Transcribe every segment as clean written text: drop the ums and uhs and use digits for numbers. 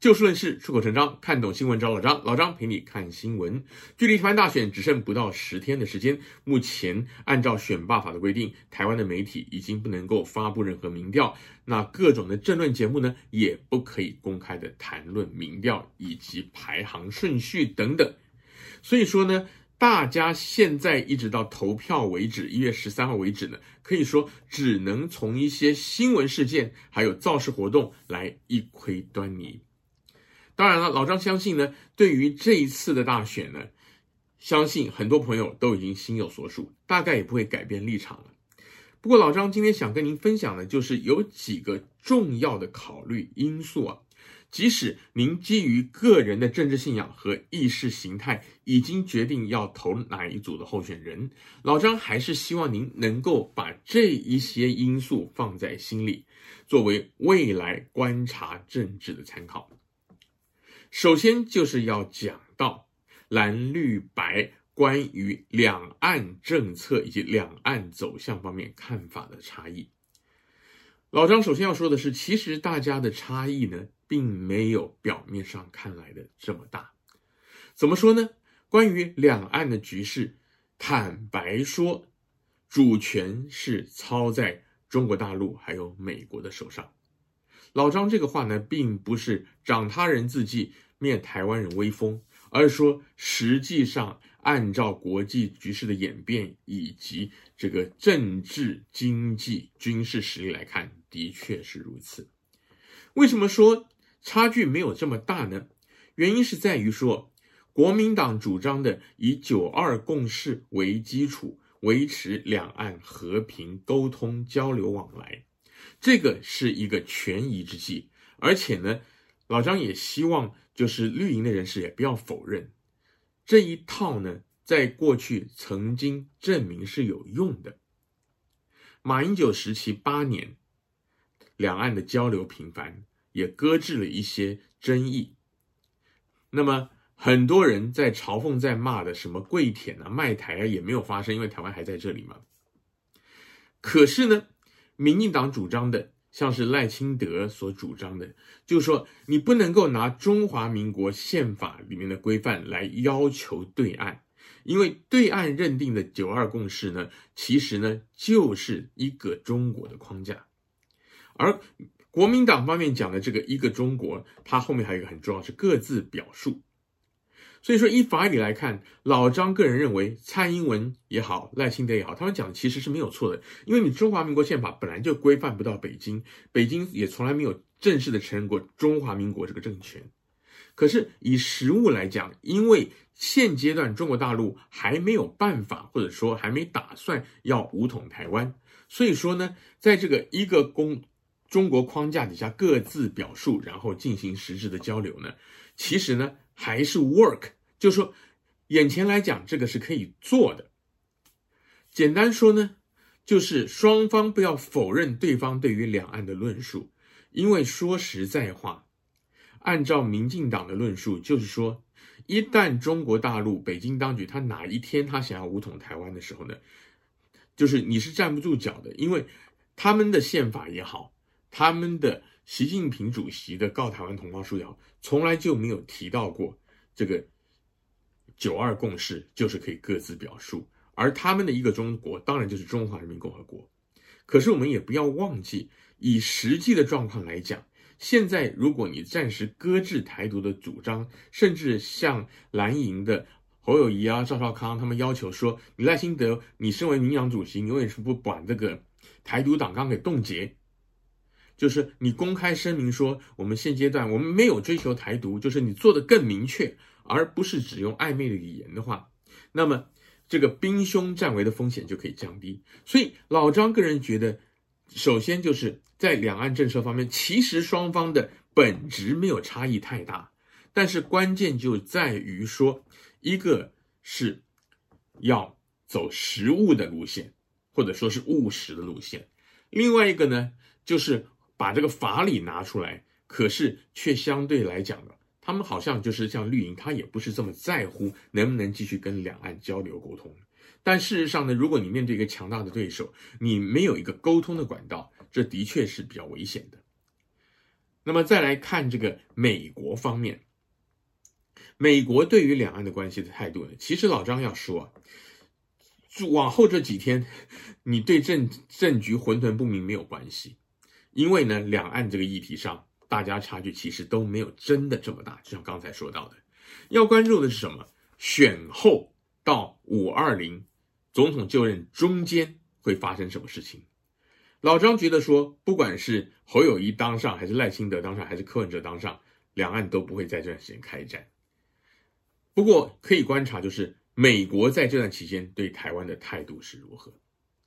就事论事，出口成章，看懂新闻找老张。老张陪你看新闻。距离台湾大选只剩不到10天的时间，目前按照选罢法的规定，台湾的媒体已经不能够发布任何民调，那各种的政论节目呢，也不可以公开的谈论民调以及排行顺序等等。所以说呢，大家现在一直到投票为止，1月13号为止呢，可以说只能从一些新闻事件还有造势活动来一窥端倪。当然了，老张相信呢，对于这一次的大选呢，相信很多朋友都已经心有所属，大概也不会改变立场了。不过老张今天想跟您分享的就是有几个重要的考虑因素啊。即使您基于个人的政治信仰和意识形态已经决定要投哪一组的候选人，老张还是希望您能够把这一些因素放在心里，作为未来观察政治的参考。首先就是要讲到蓝绿白关于两岸政策以及两岸走向方面看法的差异。老张首先要说的是，其实大家的差异呢，并没有表面上看来的这么大。怎么说呢？关于两岸的局势，坦白说，主权是操在中国大陆还有美国的手上。老张这个话呢，并不是长他人自忌，灭台湾人威风，而是说实际上按照国际局势的演变以及这个政治、经济、军事实力来看，的确是如此。为什么说差距没有这么大呢？原因是在于说，国民党主张的以9·2共识为基础，维持两岸和平沟通交流往来，这个是一个权宜之计。而且呢，老张也希望就是绿营的人士也不要否认，这一套呢，在过去曾经证明是有用的。马英九时期8年，两岸的交流频繁，也搁置了一些争议。那么很多人在嘲讽在骂的什么跪舔啊卖台啊，也没有发生，因为台湾还在这里嘛。可是呢，民进党主张的，像是赖清德所主张的，就是说你不能够拿中华民国宪法里面的规范来要求对岸，因为对岸认定的9·2共识呢，其实呢就是一个中国的框架。而国民党方面讲的这个一个中国，它后面还有一个很重要是各自表述。所以说依法理来看，老张个人认为蔡英文也好，赖清德也好，他们讲的其实是没有错的，因为你中华民国宪法本来就规范不到北京，北京也从来没有正式的承认过中华民国这个政权。可是以实务来讲，因为现阶段中国大陆还没有办法，或者说还没打算要武统台湾，所以说呢，在这个一个中国框架底下各自表述，然后进行实质的交流呢，其实呢还是 work， 就是说眼前来讲这个是可以做的。简单说呢，就是双方不要否认对方对于两岸的论述，因为说实在话，按照民进党的论述，就是说一旦中国大陆北京当局他哪一天他想要武统台湾的时候呢，就是你是站不住脚的，因为他们的宪法也好，他们的习近平主席的告台湾同胞书也好，从来就没有提到过这个9·2共识就是可以各自表述，而他们的一个中国当然就是中华人民共和国。可是我们也不要忘记，以实际的状况来讲，现在如果你暂时搁置台独的主张，甚至像蓝营的侯友宜啊、赵少康他们要求说，你赖清德你身为民进党主席，你为什么不把这个台独党纲给冻结，就是你公开声明说我们现阶段我们没有追求台独，就是你做得更明确，而不是只用暧昧的语言的话，那么这个兵凶战危的风险就可以降低。所以老张个人觉得，首先就是在两岸政策方面，其实双方的本质没有差异太大，但是关键就在于说，一个是要走实务的路线，或者说是务实的路线，另外一个呢，就是把这个法理拿出来，可是却相对来讲的，他们好像就是像绿营，他也不是这么在乎能不能继续跟两岸交流沟通。但事实上呢，如果你面对一个强大的对手，你没有一个沟通的管道，这的确是比较危险的。 那么再来看这个美国方面，美国对于两岸的关系的态度呢，其实老张要说往后这几天你对政局混沌不明没有关系，因为呢两岸这个议题上大家差距其实都没有真的这么大，就像刚才说到的，要关注的是什么？选后到520总统就任中间会发生什么事情？老张觉得说，不管是侯友宜当上，还是赖清德当上，还是柯文哲当上，两岸都不会在这段时间开战。不过可以观察，就是美国在这段期间对台湾的态度是如何。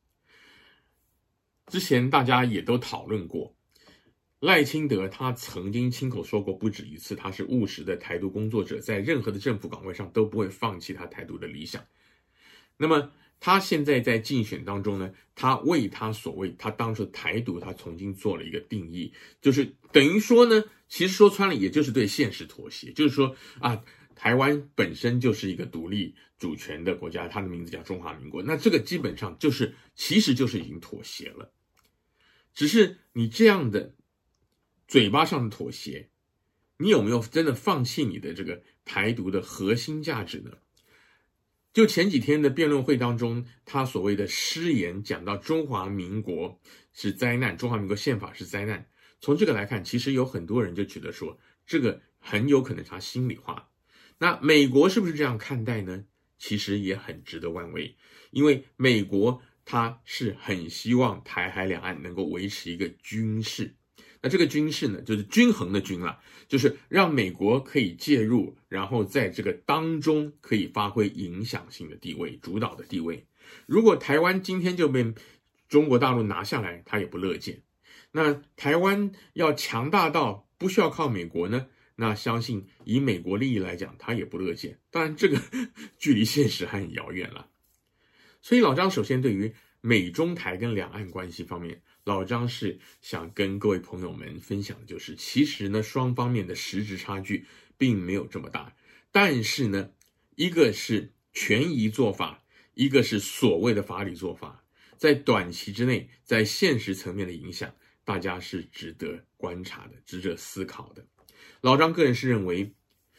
之前大家也都讨论过，赖清德他曾经亲口说过不止一次，他是务实的台独工作者，在任何的政府岗位上都不会放弃他台独的理想。那么他现在在竞选当中呢，他为他所谓他当初台独，他重新做了一个定义，就是等于说呢，其实说穿了也就是对现实妥协，就是说啊，台湾本身就是一个独立主权的国家，它的名字叫中华民国，那这个基本上就是其实就是已经妥协了，只是你这样的嘴巴上的妥协，你有没有真的放弃你的这个台独的核心价值呢？就前几天的辩论会当中，他所谓的失言讲到中华民国是灾难，中华民国宪法是灾难。从这个来看，其实有很多人就觉得说，这个很有可能是他心里话。那美国是不是这样看待呢？其实也很值得玩味，因为美国它是很希望台海两岸能够维持一个均势。那这个均势呢，就是均衡的均啦，就是让美国可以介入，然后在这个当中可以发挥影响性的地位、主导的地位。如果台湾今天就被中国大陆拿下来，他也不乐见。那台湾要强大到不需要靠美国呢？那相信以美国利益来讲，他也不乐见。当然，这个距离现实还很遥远了。所以老张首先对于美中台跟两岸关系方面，老张是想跟各位朋友们分享的就是，其实呢双方面的实质差距并没有这么大，但是呢一个是权宜做法，一个是所谓的法理做法，在短期之内在现实层面的影响，大家是值得观察的，值得思考的。老张个人是认为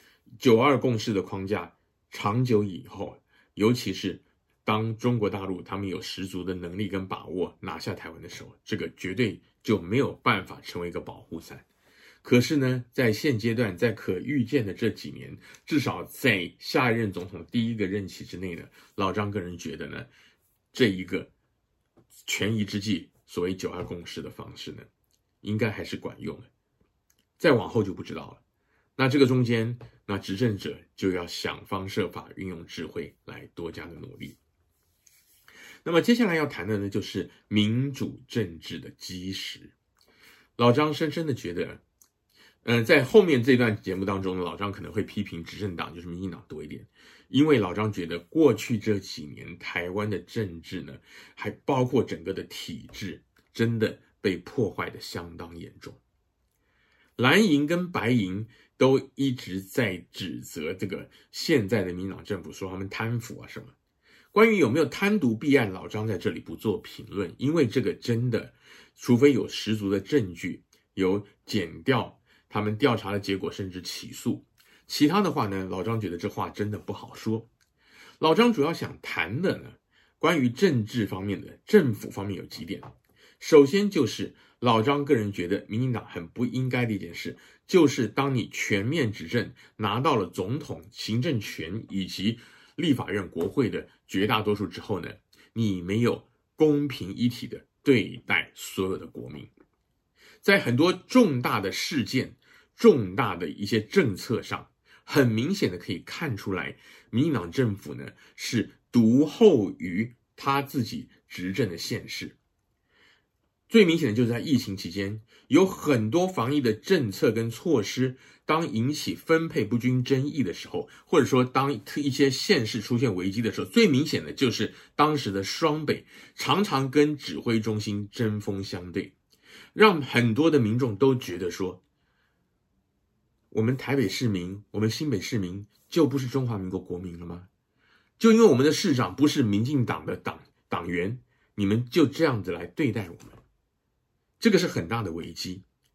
9·2共识的框架长久以后，尤其是当中国大陆他们有十足的能力跟把握拿下台湾的时候，这个绝对就没有办法成为一个保护伞。可是呢，在现阶段，在可预见的这几年，至少在下一任总统第一个任期之内呢，老张个人觉得呢，这一个权宜之计，所谓9·2共识的方式呢，应该还是管用的。再往后就不知道了。那这个中间，那执政者就要想方设法运用智慧来多加的努力。那么接下来要谈的呢，就是民主政治的基石。老张深深的觉得，在后面这段节目当中，老张可能会批评执政党，就是民进党多一点，因为老张觉得过去这几年台湾的政治呢，还包括整个的体制，真的被破坏的相当严重。蓝营跟白营都一直在指责这个现在的民进党政府，说他们贪腐啊什么。关于有没有贪渎弊案，老张在这里不做评论，因为这个真的，除非有十足的证据，有检调他们调查的结果，甚至起诉，其他的话呢，老张觉得这话真的不好说。老张主要想谈的呢，关于政治方面的、政府方面有几点。首先就是老张个人觉得民进党很不应该的一件事，就是当你全面执政，拿到了总统、行政权以及立法院、国会的绝大多数之后呢，你没有公平一体的对待所有的国民。在很多重大的事件、重大的一些政策上，很明显的可以看出来，民进党政府呢是独厚于他自己执政的县市。最明显的就是在疫情期间，有很多防疫的政策跟措施，当引起分配不均争议的时候，或者说当一些县市出现危机的时候，最明显的就是当时的双北常常跟指挥中心针锋相对，让很多的民众都觉得说，我们台北市民，我们新北市民就不是中华民国国民了吗？就因为我们的市长不是民进党的党员，你们就这样子来对待我们，这个是很大的危机。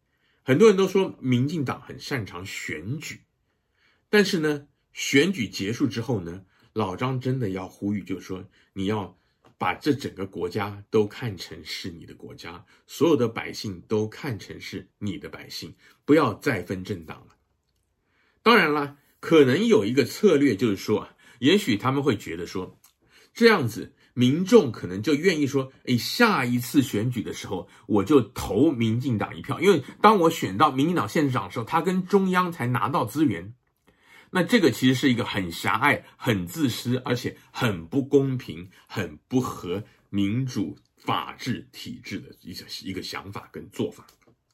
很多人都说民进党很擅长选举，但是呢，选举结束之后呢，老张真的要呼吁，就是说你要把这整个国家都看成是你的国家，所有的百姓都看成是你的百姓，不要再分政党了。当然啦，可能有一个策略，就是说也许他们会觉得说，这样子民众可能就愿意说，下一次选举的时候，我就投民进党一票，因为当我选到民进党县长的时候，他跟中央才拿到资源。那这个其实是一个很狭隘、很自私，而且很不公平、很不合民主法治体制的一个想法跟做法。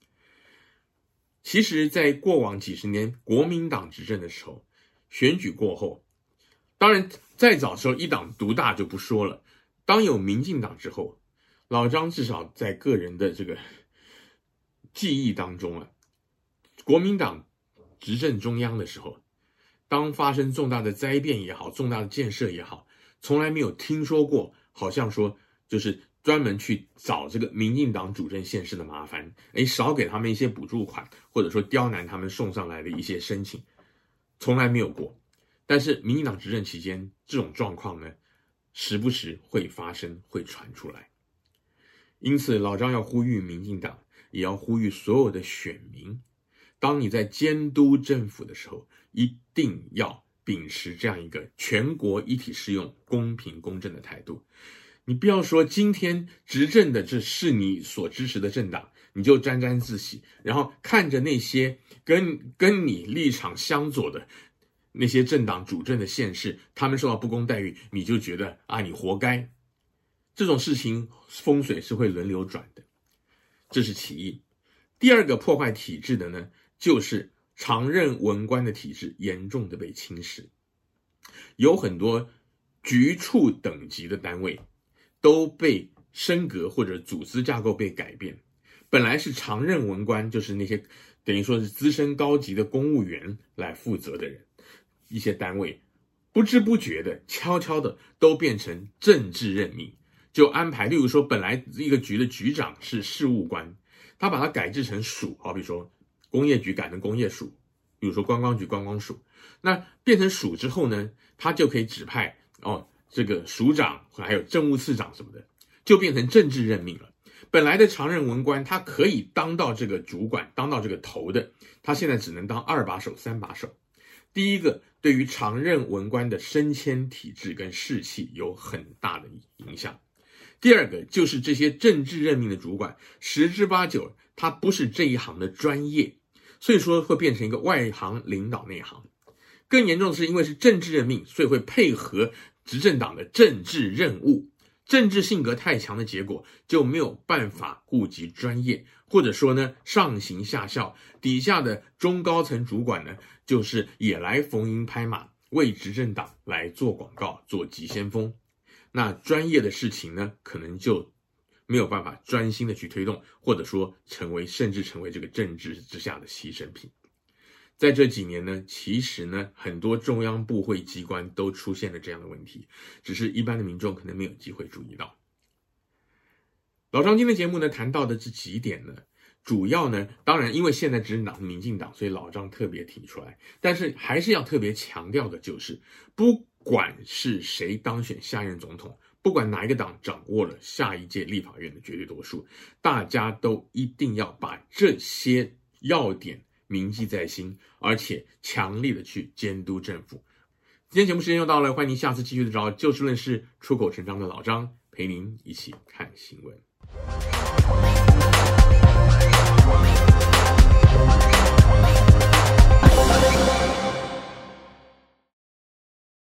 其实在过往几十年国民党执政的时候，选举过后，当然再早时候一党独大就不说了，当有民进党之后，老张至少在个人的这个记忆当中国民党执政中央的时候，当发生重大的灾变也好，重大的建设也好，从来没有听说过好像说就是专门去找这个民进党主政县市的麻烦，少给他们一些补助款，或者说刁难他们送上来的一些申请，从来没有过。但是民进党执政期间，这种状况呢，时不时会发生，会传出来。因此老张要呼吁民进党，也要呼吁所有的选民，当你在监督政府的时候，一定要秉持这样一个全国一体适用、公平公正的态度。你不要说今天执政的这是你所支持的政党，你就沾沾自喜，然后看着那些跟你立场相左的那些政党主政的县市，他们受到不公待遇，你就觉得你活该。这种事情风水是会轮流转的，这是其一。第二个破坏体制的呢，就是常任文官的体制严重的被侵蚀。有很多局处等级的单位都被升格，或者组织架构被改变。本来是常任文官，就是那些等于说是资深高级的公务员来负责的人，一些单位不知不觉的悄悄的都变成政治任命，就安排，例如说本来一个局的局长是事务官，他把它改制成署，好比说工业局改成工业署，比如说观光局观光署。那变成署之后呢，他就可以指派这个署长还有政务次长什么的，就变成政治任命了。本来的常任文官他可以当到这个主管，当到这个头的，他现在只能当2把手3把手。第一个，对于常任文官的升迁体制跟士气有很大的影响。第二个，就是这些政治任命的主管10之8九他不是这一行的专业，所以说会变成一个外行领导内行。更严重的是，因为是政治任命，所以会配合执政党的政治任务，政治性格太强的结果，就没有办法顾及专业，或者说呢，上行下效，底下的中高层主管呢，就是也来逢迎拍马，为执政党来做广告，做急先锋。那专业的事情呢，可能就没有办法专心的去推动，或者说甚至成为这个政治之下的牺牲品。在这几年呢，其实呢，很多中央部会机关都出现了这样的问题，只是一般的民众可能没有机会注意到。老张今天节目呢谈到的这几点呢，主要呢，当然因为现在执政党是民进党，所以老张特别提出来，但是还是要特别强调的就是，不管是谁当选下任总统，不管哪一个党掌握了下一届立法院的绝对多数，大家都一定要把这些要点铭记在心，而且强力的去监督政府。今天节目时间又到了，欢迎您下次继续的找就事论事、出口成章的老张陪您一起看新闻。